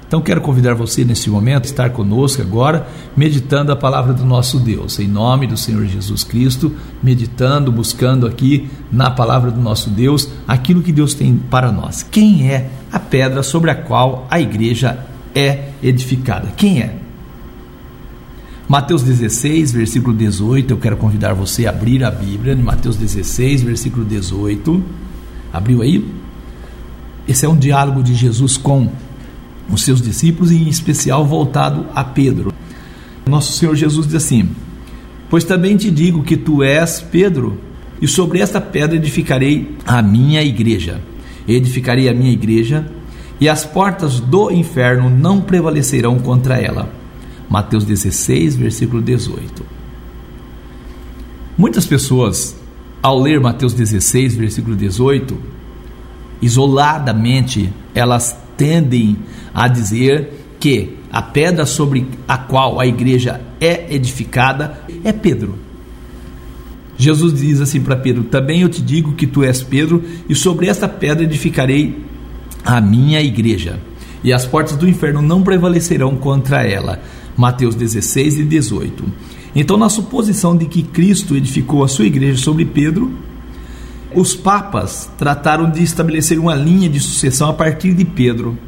Então quero convidar você nesse momento a estar conosco agora, meditando a palavra do nosso Deus, em nome do Senhor Jesus Cristo, meditando, buscando aqui na palavra do nosso Deus, aquilo que Deus tem para nós. Quem é a pedra sobre a qual a igreja é edificada? Quem é? Mateus 16, versículo 18, eu quero convidar você a abrir a Bíblia, em Mateus 16, versículo 18, abriu aí? Esse é um diálogo de Jesus com os seus discípulos, e em especial voltado a Pedro. Nosso Senhor Jesus diz assim: pois também te digo que tu és Pedro, e sobre esta pedra edificarei a minha igreja. Edificarei a minha igreja, e as portas do inferno não prevalecerão contra ela. Mateus 16, versículo 18. Muitas pessoas, ao ler Mateus 16, versículo 18, isoladamente, elas tendem a dizer que a pedra sobre a qual a igreja é edificada é Pedro. Jesus diz assim para Pedro: também eu te digo que tu és Pedro, e sobre esta pedra edificarei a minha igreja, e as portas do inferno não prevalecerão contra ela. Mateus 16 e 18. Então, na suposição de que Cristo edificou a sua igreja sobre Pedro, os papas trataram de estabelecer uma linha de sucessão a partir de Pedro.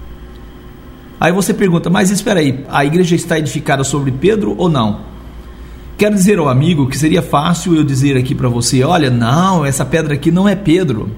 Aí você pergunta: mas espera aí, a igreja está edificada sobre Pedro ou não? Quero dizer ao amigo que seria fácil eu dizer aqui para você: olha, não, essa pedra aqui não é Pedro.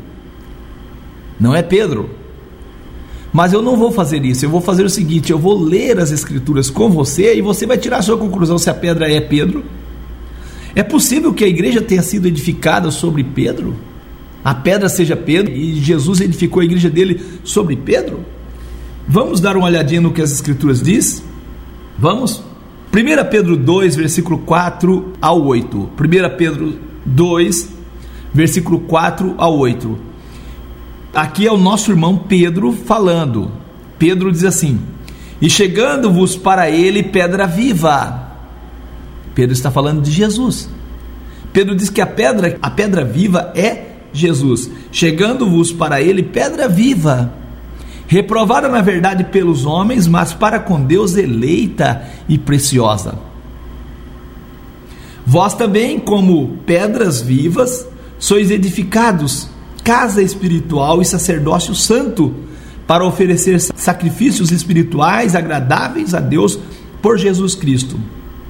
Não é Pedro. Mas eu não vou fazer isso. Eu vou fazer o seguinte: eu vou ler as escrituras com você, e você vai tirar a sua conclusão se a pedra é Pedro. É possível que a igreja tenha sido edificada sobre Pedro? A pedra seja Pedro, e Jesus edificou a igreja dele sobre Pedro? Vamos dar uma olhadinha no que as escrituras diz? Vamos? 1 Pedro 2, versículo 4 ao 8. 1 Pedro 2, versículo 4 ao 8. Aqui é o nosso irmão Pedro falando. Pedro diz assim: e chegando-vos para ele pedra viva. Pedro está falando de Jesus. Pedro diz que a pedra viva é Jesus. Chegando-vos para ele pedra viva, reprovada na verdade pelos homens, mas para com Deus eleita e preciosa. Vós também, como pedras vivas, sois edificados casa espiritual e sacerdócio santo, para oferecer sacrifícios espirituais agradáveis a Deus por Jesus Cristo.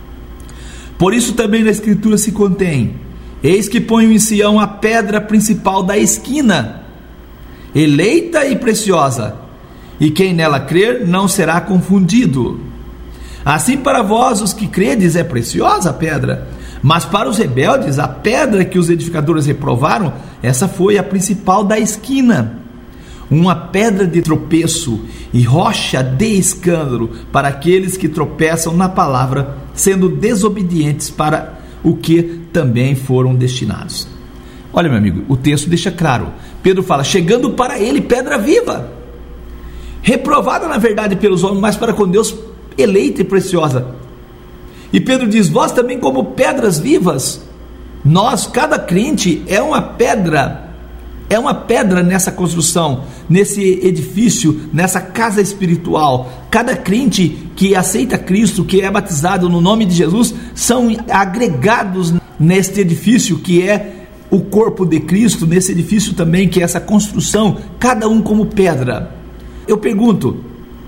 Por isso também na escritura se contém: eis que ponho em Sião a pedra principal da esquina, eleita e preciosa, e quem nela crer não será confundido. Assim, para vós os que credes é preciosa a pedra, mas para os rebeldes a pedra que os edificadores reprovaram, essa foi a principal da esquina, uma pedra de tropeço e rocha de escândalo para aqueles que tropeçam na palavra, sendo desobedientes para o que também foram destinados. Olha, meu amigo, o texto deixa claro. Pedro fala: chegando para ele pedra viva, reprovada na verdade pelos homens, mas para com Deus eleita e preciosa. E Pedro diz: vós também, como pedras vivas. Nós, cada crente é uma pedra nessa construção, nesse edifício, nessa casa espiritual. Cada crente que aceita Cristo, que é batizado no nome de Jesus, são agregados neste edifício que é o corpo de Cristo, nesse edifício também que é essa construção, cada um como pedra. Eu pergunto,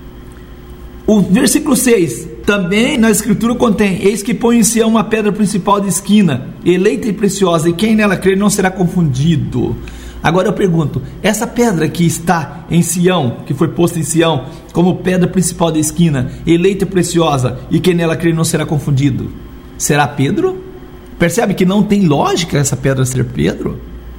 o versículo 6 também na escritura contém: eis que põe em Sião uma pedra principal de esquina, eleita e preciosa, e quem nela crer não será confundido. Agora eu pergunto: essa pedra que está em Sião, que foi posta em Sião como pedra principal de esquina, eleita e preciosa, e quem nela crer não será confundido, será Pedro? Percebe que não tem lógica essa pedra ser Pedro?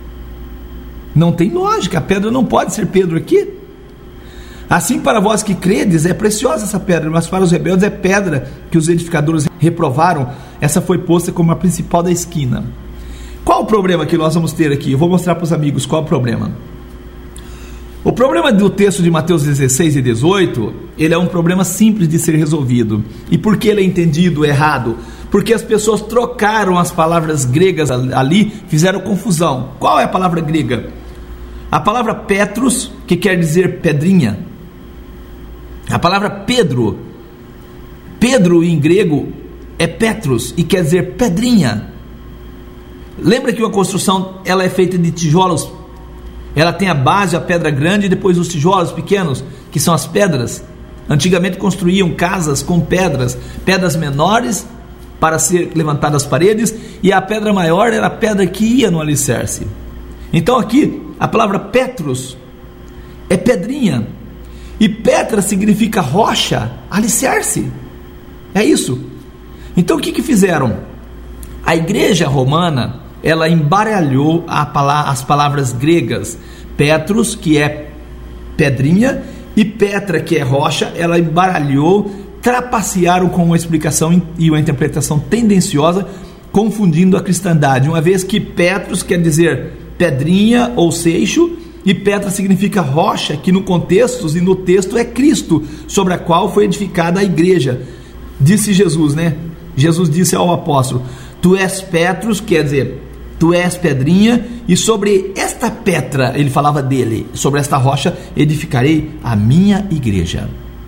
Não tem lógica, a pedra não pode ser Pedro aqui. Assim, para vós que credes, é preciosa essa pedra, mas para os rebeldes é pedra que os edificadores reprovaram, essa foi posta como a principal da esquina. Qual o problema que nós vamos ter aqui? Eu vou mostrar para os amigos qual o problema. O problema do texto de Mateus 16 e 18, ele é um problema simples de ser resolvido. E por que ele é entendido errado? Porque as pessoas trocaram as palavras gregas ali, fizeram confusão. Qual é a palavra grega? A palavra Petros, que quer dizer pedrinha. A palavra Pedro em grego é Petros e quer dizer pedrinha. Lembra que uma construção ela é feita de tijolos? Ela tem a base, a pedra grande, e depois os tijolos pequenos, que são as pedras. Antigamente construíam casas com pedras menores para ser levantadas as paredes, e a pedra maior era a pedra que ia no alicerce. Então aqui a palavra Petros é pedrinha, e Petra significa rocha, alicerce. É isso. Então o que fizeram? A igreja romana, ela embaralhou as palavras gregas, Petros, que é pedrinha, e Petra, que é rocha. Ela embaralhou, trapacearam com uma explicação e uma interpretação tendenciosa, confundindo a cristandade, uma vez que Petros quer dizer pedrinha ou seixo, e Petra significa rocha, que no contexto e no texto é Cristo, sobre a qual foi edificada a igreja. Disse Jesus, né? Jesus disse ao apóstolo: tu és Petros, quer dizer, tu és pedrinha, e sobre esta Petra, ele falava dele, sobre esta rocha edificarei a minha igreja.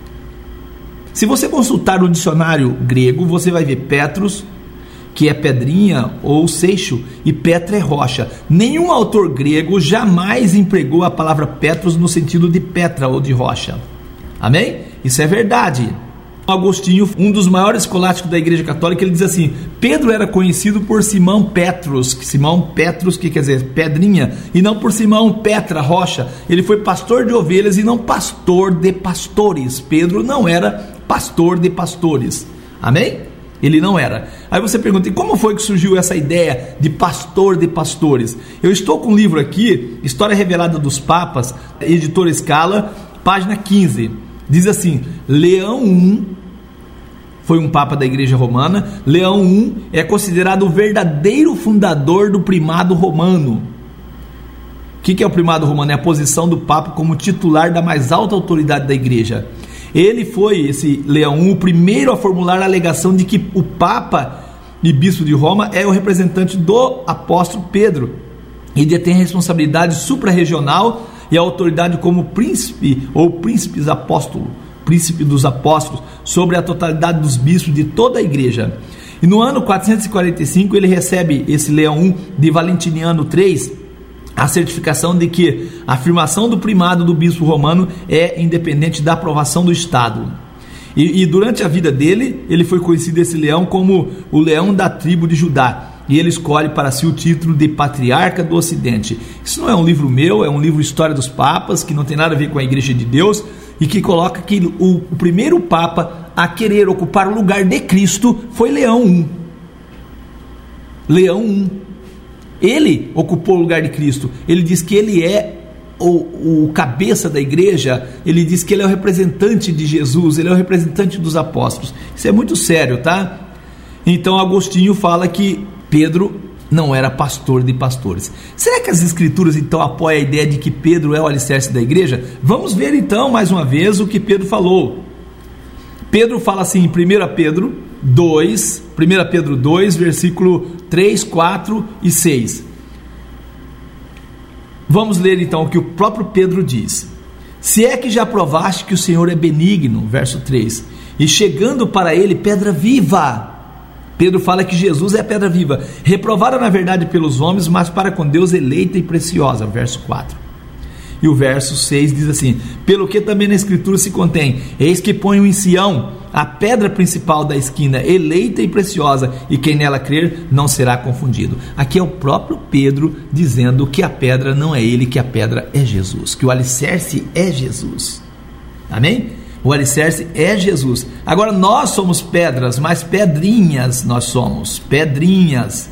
Se você consultar o dicionário grego, você vai ver Petros, que é pedrinha ou seixo, e Petra é rocha. Nenhum autor grego jamais empregou a palavra Petros no sentido de Petra ou de rocha. Amém? Isso é verdade. Agostinho, um dos maiores escolásticos da Igreja Católica, ele diz assim: Pedro era conhecido por Simão Petros, que quer dizer pedrinha, e não por Simão Petra, rocha. Ele foi pastor de ovelhas e não pastor de pastores. Pedro não era pastor de pastores. Amém? Ele não era. Aí você pergunta: e como foi que surgiu essa ideia de pastor de pastores? Eu estou com um livro aqui, História Revelada dos Papas, editora Scala, página 15. Diz assim: Leão I foi um papa da igreja romana. Leão I é considerado o verdadeiro fundador do primado romano. O que é o primado romano? É a posição do papa como titular da mais alta autoridade da igreja. Ele foi, esse Leão I, o primeiro a formular a alegação de que o papa e bispo de Roma é o representante do apóstolo Pedro e detém a responsabilidade suprarregional e a autoridade como príncipe ou príncipes apóstolo, príncipe dos apóstolos, sobre a totalidade dos bispos de toda a igreja. E no ano 445 ele recebe, esse Leão I, de Valentiniano III, a certificação de que a afirmação do primado do bispo romano é independente da aprovação do Estado. E durante a vida dele, ele foi conhecido, esse leão, como o leão da tribo de Judá. E ele escolhe para si o título de Patriarca do Ocidente. Isso não é um livro meu, é um livro História dos Papas, que não tem nada a ver com a Igreja de Deus, e que coloca que o primeiro Papa a querer ocupar o lugar de Cristo foi Leão I. Leão I. Ele ocupou o lugar de Cristo. Ele diz que ele é o cabeça da igreja. Ele diz que ele é o representante de Jesus, ele é o representante dos apóstolos. Isso é muito sério, tá? Então Agostinho fala que Pedro não era pastor de pastores. Será que as escrituras então apoiam a ideia de que Pedro é o alicerce da igreja? Vamos ver então mais uma vez o que Pedro falou. Pedro fala assim em 1 Pedro 2, versículo 3, 4 e 6. Vamos ler então o que o próprio Pedro diz. Se é que já provaste que o Senhor é benigno, verso 3, e chegando para ele pedra viva. Pedro fala que Jesus é a pedra viva, reprovada na verdade pelos homens, mas para com Deus eleita e preciosa, verso 4. E o verso 6 diz assim: pelo que também na escritura se contém: eis que ponho em Sião a pedra principal da esquina, eleita e preciosa, e quem nela crer não será confundido. Aqui é o próprio Pedro dizendo que a pedra não é ele, que a pedra é Jesus, que o alicerce é Jesus. Amém? O alicerce é Jesus. Agora nós somos pedras, mas pedrinhas nós somos, pedrinhas,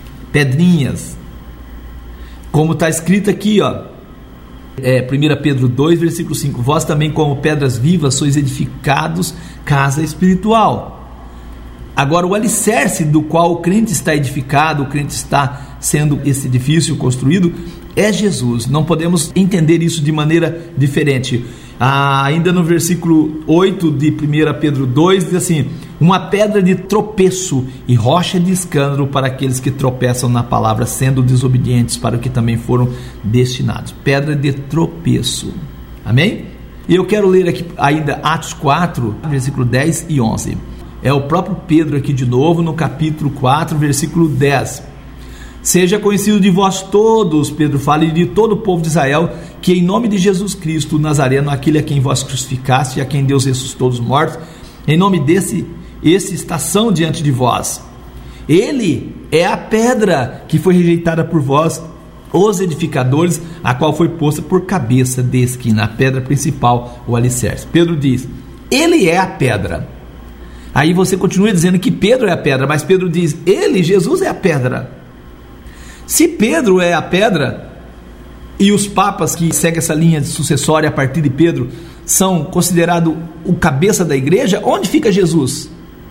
como está escrito aqui, ó. 1 Pedro 2, versículo 5: vós também, como pedras vivas, sois edificados casa espiritual. Agora o alicerce do qual o crente está edificado, o crente está sendo esse edifício construído, é Jesus. Não podemos entender isso de maneira diferente. Ainda no versículo 8 de 1 Pedro 2 diz assim: uma pedra de tropeço e rocha de escândalo para aqueles que tropeçam na palavra, sendo desobedientes para o que também foram destinados. Pedra de tropeço. Amém? E eu quero ler aqui ainda Atos 4, versículo 10 e 11. É o próprio Pedro aqui de novo, no capítulo 4, versículo 10. Seja conhecido de vós todos, Pedro fala, e de todo o povo de Israel, que em nome de Jesus Cristo, o Nazareno, aquele a quem vós crucificaste e a quem Deus ressuscitou dos mortos, em nome desse, esse está são diante de vós. Ele é a pedra que foi rejeitada por vós, os edificadores, a qual foi posta por cabeça de esquina, a pedra principal, o alicerce. Pedro diz, ele é a pedra. Aí você continua dizendo que Pedro é a pedra, mas Pedro diz, ele, Jesus, é a pedra. Se Pedro é a pedra, e os papas que seguem essa linha sucessória a partir de Pedro são considerados o cabeça da igreja, onde fica Jesus?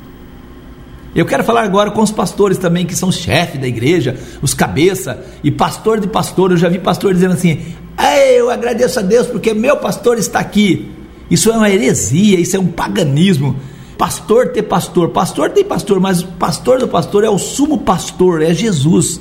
Eu quero falar agora com os pastores também, que são chefe da igreja, os cabeça, e pastor de pastor. Eu já vi pastor dizendo assim, eu agradeço a Deus porque meu pastor está aqui. Isso é uma heresia, isso é um paganismo. Pastor tem pastor, mas o pastor do pastor é o sumo pastor, é Jesus.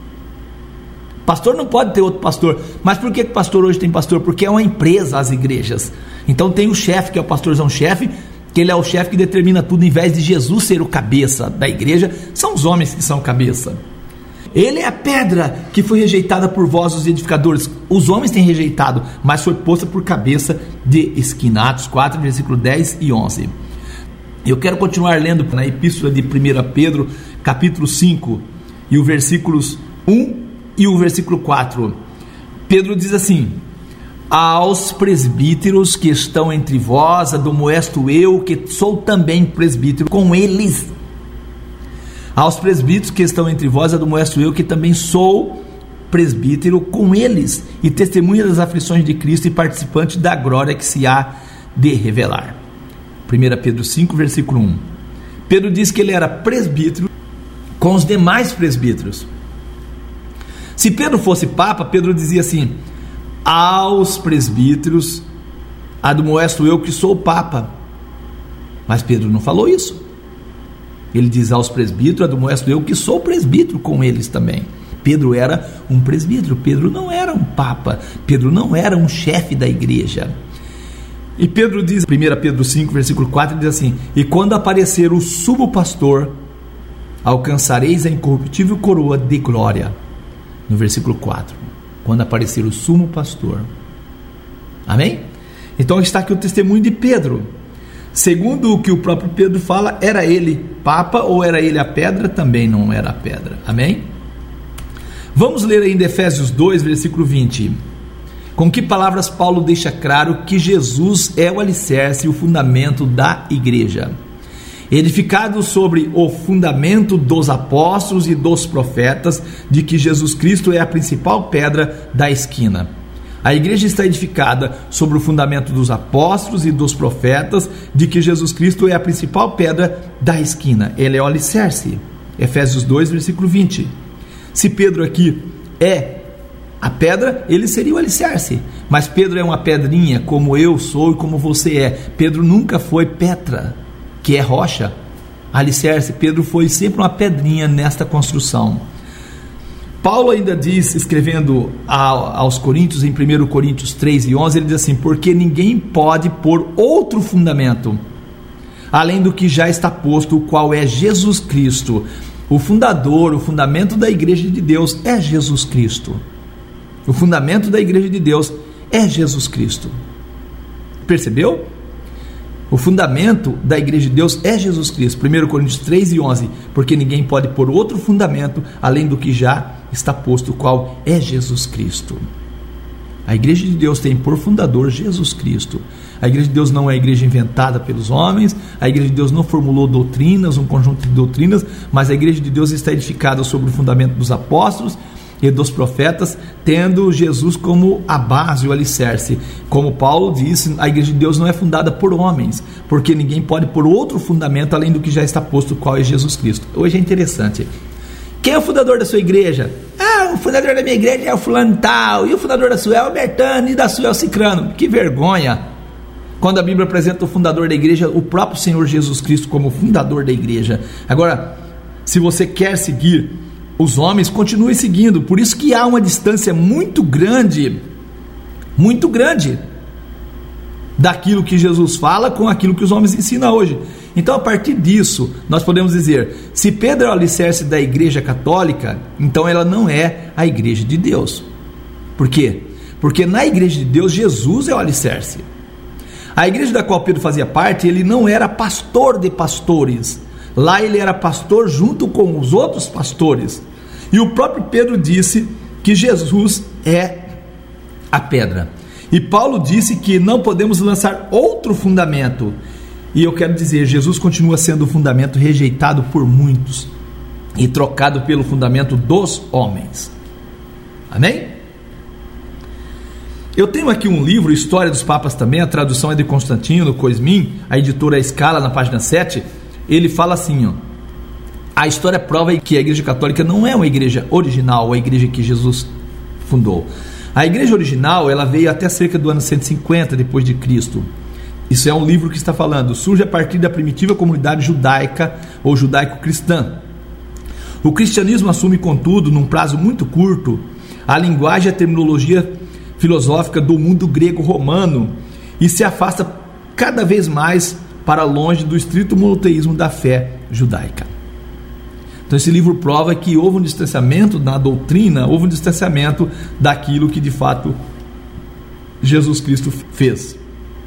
Pastor não pode ter outro pastor. Mas por que o pastor hoje tem pastor? Porque é uma empresa, as igrejas. Então tem o chefe, que é o pastorzão-chefe, que ele é o chefe que determina tudo. Em vez de Jesus ser o cabeça da igreja, são os homens que são cabeça. Ele é a pedra que foi rejeitada por vós, os edificadores. Os homens têm rejeitado, mas foi posta por cabeça de esquina. Atos 4, versículo 10 e 11. Eu quero continuar lendo na epístola de 1 Pedro, capítulo 5, e o versículos 1 e o versículo 4. Pedro diz assim: aos presbíteros que estão entre vós, admoesto eu, que sou também presbítero com eles. Aos presbíteros que estão entre vós, admoesto eu, que também sou presbítero com eles, e testemunha das aflições de Cristo e participante da glória que se há de revelar. 1 Pedro 5, versículo 1. Pedro diz que ele era presbítero com os demais presbíteros. Se Pedro fosse papa, Pedro dizia assim: aos presbíteros admoesto eu, que sou o papa. Mas Pedro não falou isso. Ele diz aos presbíteros admoesto eu, que sou presbítero com eles também. Pedro era um presbítero, Pedro não era um papa, Pedro não era um chefe da igreja. E Pedro diz, 1 Pedro 5, versículo 4, diz assim: e quando aparecer o sumo pastor, alcançareis a incorruptível coroa de glória. No versículo 4, quando aparecer o sumo pastor. Amém? Então está aqui o testemunho de Pedro. Segundo o que o próprio Pedro fala, era ele papa ou era ele a pedra? Também não era a pedra. Amém? Vamos ler ainda Efésios 2, versículo 20. Com que palavras Paulo deixa claro que Jesus é o alicerce e o fundamento da igreja, edificado sobre o fundamento dos apóstolos e dos profetas, de que Jesus Cristo é a principal pedra da esquina. A igreja está edificada sobre o fundamento dos apóstolos e dos profetas, de que Jesus Cristo é a principal pedra da esquina. Ele é o alicerce. Efésios 2, versículo 20. Se Pedro aqui é a pedra, ele seria o alicerce. Mas Pedro é uma pedrinha, como eu sou e como você é. Pedro nunca foi Petra, que é rocha, alicerce. Pedro foi sempre uma pedrinha nesta construção. Paulo ainda diz, escrevendo aos Coríntios, em 1 Coríntios 3 e 11, ele diz assim: porque ninguém pode pôr outro fundamento, além do que já está posto, o qual é Jesus Cristo. O fundador, o fundamento da igreja de Deus é Jesus Cristo. O fundamento da igreja de Deus é Jesus Cristo. Percebeu? O fundamento da igreja de Deus é Jesus Cristo. 1 Coríntios 3 e 11. Porque ninguém pode pôr outro fundamento além do que já está posto, o qual é Jesus Cristo. A igreja de Deus tem por fundador Jesus Cristo. A igreja de Deus não é a igreja inventada pelos homens. A igreja de Deus não formulou doutrinas, um conjunto de doutrinas, mas a igreja de Deus está edificada sobre o fundamento dos apóstolos e dos profetas, tendo Jesus como a base, o alicerce. Como Paulo disse, a igreja de Deus não é fundada por homens, porque ninguém pode pôr outro fundamento além do que já está posto, o qual é Jesus Cristo. Hoje é interessante. Quem é o fundador da sua igreja? O fundador da minha igreja é o fulano tal, e o fundador da sua é o Bertano, e da sua é o Cicrano. Que vergonha! Quando a Bíblia apresenta o fundador da igreja, o próprio Senhor Jesus Cristo como fundador da igreja. Agora, se você quer seguir os homens, continue seguindo. Por isso que há uma distância muito grande daquilo que Jesus fala com aquilo que os homens ensinam hoje. Então, a partir disso, nós podemos dizer, se Pedro é o alicerce da Igreja Católica, então ela não é a Igreja de Deus. Por quê? Porque na Igreja de Deus, Jesus é o alicerce. A igreja da qual Pedro fazia parte, ele não era pastor de pastores. Lá ele era pastor junto com os outros pastores. E o próprio Pedro disse que Jesus é a pedra. E Paulo disse que não podemos lançar outro fundamento. E eu quero dizer, Jesus continua sendo o fundamento rejeitado por muitos e trocado pelo fundamento dos homens. Amém? Eu tenho aqui um livro, História dos Papas também, a tradução é de Constantino Coismin, a editora Scala, na página 7, ele fala assim, ó, a história prova que a Igreja Católica não é uma igreja original, a igreja que Jesus fundou. A igreja original, ela veio até cerca do ano 150 depois de Cristo. Isso é um livro que está falando, surge a partir da primitiva comunidade judaica ou judaico-cristã. O cristianismo assume, contudo, num prazo muito curto, a linguagem e a terminologia filosófica do mundo grego-romano e se afasta cada vez mais para longe do estrito monoteísmo da fé judaica. Então esse livro prova que houve um distanciamento na doutrina, houve um distanciamento daquilo que de fato Jesus Cristo fez.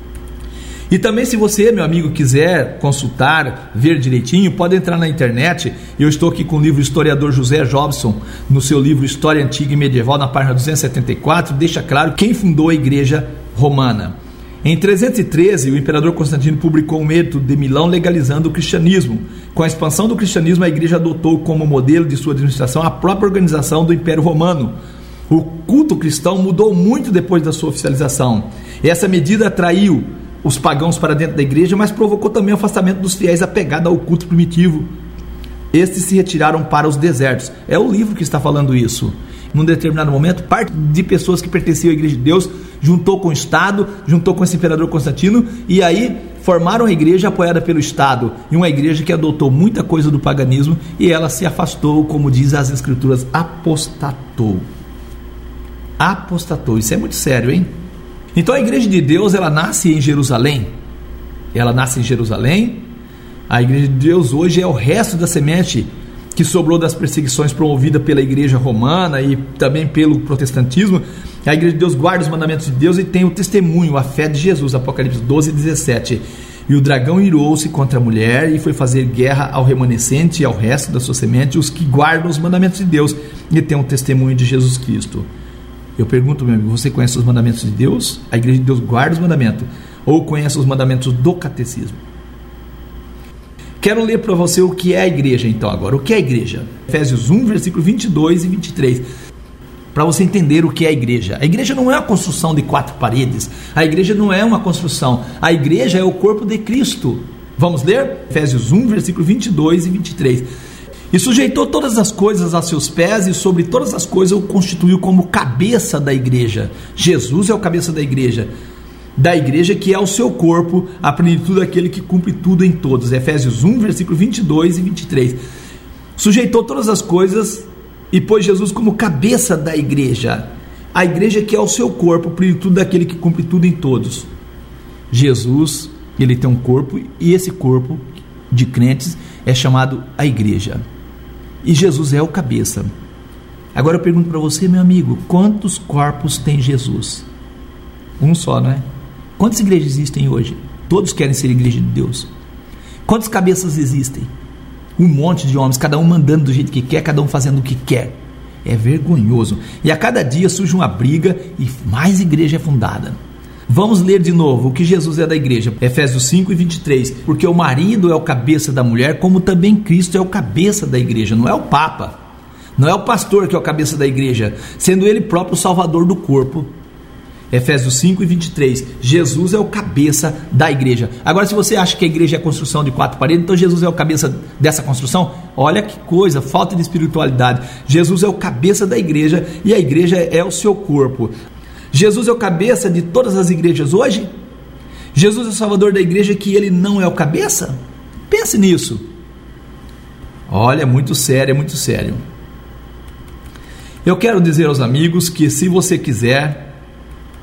E também, se você, meu amigo, quiser consultar, ver direitinho, pode entrar na internet. Eu estou aqui com o livro Historiador José Jobson, no seu livro História Antiga e Medieval, na página 274, deixa claro quem fundou a Igreja Romana. Em 313, o imperador Constantino publicou um edito de Milão legalizando o cristianismo. Com a expansão do cristianismo, a Igreja adotou como modelo de sua administração a própria organização do Império Romano. O culto cristão mudou muito depois da sua oficialização. Essa medida atraiu os pagãos para dentro da igreja, mas provocou também o afastamento dos fiéis apegados ao culto primitivo. Estes se retiraram para os desertos. É o livro que está falando isso. Num determinado momento, parte de pessoas que pertenciam à Igreja de Deus juntou com o Estado, juntou com esse imperador Constantino, e aí formaram a igreja apoiada pelo Estado, e uma igreja que adotou muita coisa do paganismo, e ela se afastou, como diz as Escrituras, apostatou. Apostatou, isso é muito sério, hein? Então a Igreja de Deus, ela nasce em Jerusalém. Ela nasce em Jerusalém. A Igreja de Deus hoje é o resto da semente que sobrou das perseguições promovidas pela Igreja Romana e também pelo protestantismo. A Igreja de Deus guarda os mandamentos de Deus e tem o testemunho, a fé de Jesus, Apocalipse 12, 17. E o dragão irou-se contra a mulher e foi fazer guerra ao remanescente e ao resto da sua semente, os que guardam os mandamentos de Deus e tem o testemunho de Jesus Cristo. Eu pergunto, meu amigo, você conhece os mandamentos de Deus? A Igreja de Deus guarda os mandamentos? Ou conhece os mandamentos do catecismo? Quero ler para você o que é a igreja então agora. O que é a igreja? Efésios 1, versículo 22 e 23. Para você entender o que é a igreja. A igreja não é uma construção de 4 paredes. A igreja não é uma construção. A igreja é o corpo de Cristo. Vamos ler? Efésios 1, versículo 22 e 23. E sujeitou todas as coisas a seus pés, e sobre todas as coisas o constituiu como cabeça da igreja. Jesus é o cabeça da igreja que é o seu corpo, a plenitude daquele que cumpre tudo em todos. Efésios 1, versículo 22 e 23. Sujeitou todas as coisas e pôs Jesus como cabeça da igreja. A igreja que é o seu corpo, a plenitude daquele que cumpre tudo em todos. Jesus, ele tem um corpo, e esse corpo de crentes é chamado a igreja. E Jesus é o cabeça. Agora eu pergunto para você, meu amigo, quantos corpos tem Jesus? Um só, não é? Quantas igrejas existem hoje? Todos querem ser igreja de Deus. Quantas cabeças existem? Um monte de homens, cada um mandando do jeito que quer, cada um fazendo o que quer. É vergonhoso. E a cada dia surge uma briga e mais igreja é fundada. Vamos ler de novo o que Jesus é da igreja. Efésios 5 e 23. Porque o marido é o cabeça da mulher, como também Cristo é o cabeça da igreja. Não é o Papa, não é o pastor que é o cabeça da igreja, sendo ele próprio o salvador do corpo. Efésios 5 e 23. Jesus é o cabeça da igreja. Agora, se você acha que a igreja é a construção de 4 paredes, então Jesus é o cabeça dessa construção? Olha que coisa, falta de espiritualidade. Jesus é o cabeça da igreja e a igreja é o seu corpo. Jesus é o cabeça de todas as igrejas hoje? Jesus é o salvador da igreja que ele não é o cabeça? Pense nisso. Olha, é muito sério, é muito sério. Eu quero dizer aos amigos que, se você quiser,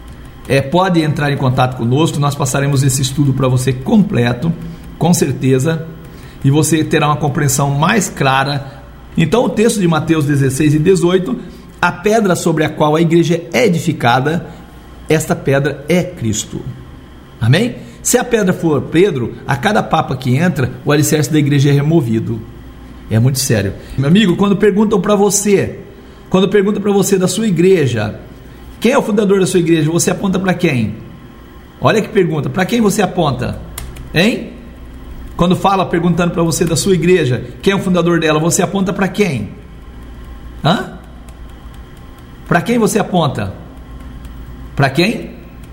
pode entrar em contato conosco, nós passaremos esse estudo para você completo, com certeza, e você terá uma compreensão mais clara. Então o texto de Mateus 16 e 18, a pedra sobre a qual a igreja é edificada, esta pedra é Cristo. Amém? Se a pedra for Pedro, a cada papa que entra, o alicerce da igreja é removido. É muito sério. Meu amigo, quando perguntam para você da sua igreja, quem é o fundador da sua igreja, você aponta para quem? Olha que pergunta, para quem você aponta? Hein? Quando fala perguntando para você da sua igreja, quem é o fundador dela, você aponta para quem? Para quem você aponta? Para quem?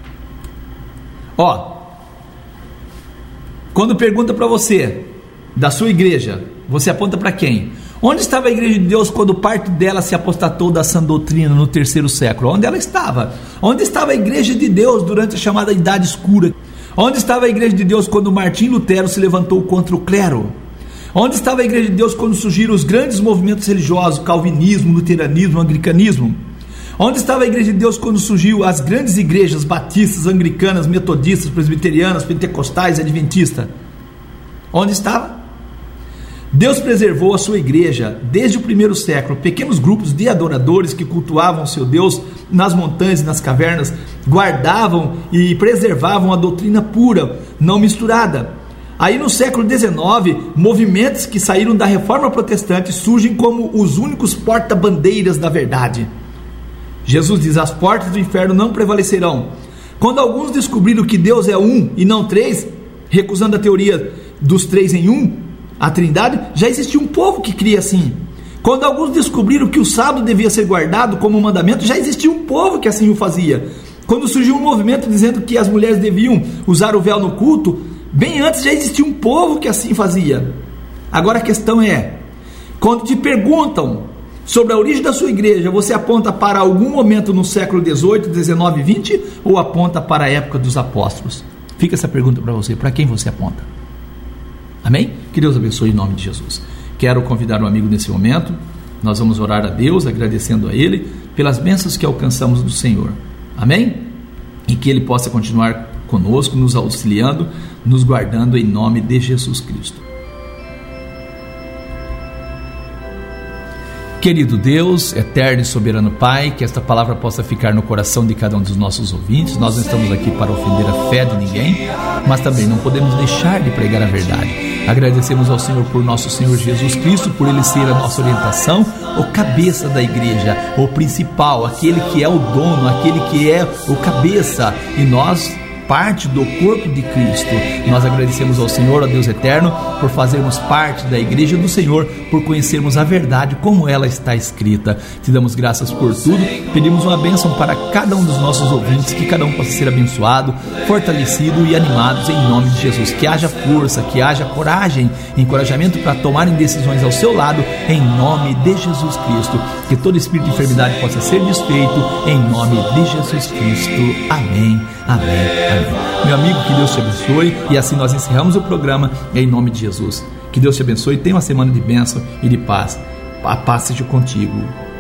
Quando pergunta para você da sua igreja, você aponta para quem? Onde estava a igreja de Deus quando parte dela se apostatou da sã doutrina no 3º século? Onde ela estava? Onde estava a igreja de Deus durante a chamada Idade Escura? Onde estava a igreja de Deus quando Martim Lutero se levantou contra o clero? Onde estava a igreja de Deus quando surgiram os grandes movimentos religiosos, calvinismo, luteranismo, anglicanismo? Onde estava a igreja de Deus quando surgiu as grandes igrejas batistas, anglicanas, metodistas, presbiterianas, pentecostais, adventistas? Onde estava? Deus preservou a sua igreja desde o 1º século. Pequenos grupos de adoradores que cultuavam seu Deus nas montanhas e nas cavernas guardavam e preservavam a doutrina pura, não misturada. Aí no século XIX, movimentos que saíram da reforma protestante surgem como os únicos porta-bandeiras da verdade. Jesus diz: as portas do inferno não prevalecerão. Quando alguns descobriram que Deus é um e não três, recusando a teoria dos 3 em 1, a Trindade, já existia um povo que cria assim. Quando alguns descobriram que o sábado devia ser guardado como mandamento, já existia um povo que assim o fazia. Quando surgiu um movimento dizendo que as mulheres deviam usar o véu no culto, bem antes já existia um povo que assim fazia. Agora a questão é, quando te perguntam sobre a origem da sua igreja, você aponta para algum momento no século 18, 19 e 20 ou aponta para a época dos apóstolos? Fica essa pergunta para você, para quem você aponta? Amém? Que Deus abençoe em nome de Jesus. Quero convidar um amigo nesse momento. Nós vamos orar a Deus, agradecendo a Ele pelas bênçãos que alcançamos do Senhor. Amém? E que Ele possa continuar conosco, nos auxiliando, nos guardando em nome de Jesus Cristo. Querido Deus, eterno e soberano Pai, que esta palavra possa ficar no coração de cada um dos nossos ouvintes. Nós não estamos aqui para ofender a fé de ninguém, mas também não podemos deixar de pregar a verdade. Agradecemos ao Senhor por nosso Senhor Jesus Cristo, por Ele ser a nossa orientação, o cabeça da igreja, o principal, aquele que é o dono, aquele que é o cabeça, e nós parte do corpo de Cristo. Nós agradecemos ao Senhor, ó Deus eterno, por fazermos parte da igreja do Senhor, por conhecermos a verdade como ela está escrita. Te damos graças por tudo, pedimos uma bênção para cada um dos nossos ouvintes, que cada um possa ser abençoado, fortalecido e animados em nome de Jesus. Que haja força, que haja coragem, encorajamento para tomarem decisões ao seu lado, em nome de Jesus Cristo. Que todo espírito de enfermidade possa ser desfeito, em nome de Jesus Cristo. Amém, amém, amém. Meu amigo, que Deus te abençoe, e assim nós encerramos o programa em nome de Jesus. Que Deus te abençoe, tenha uma semana de bênção e de paz. A paz seja contigo.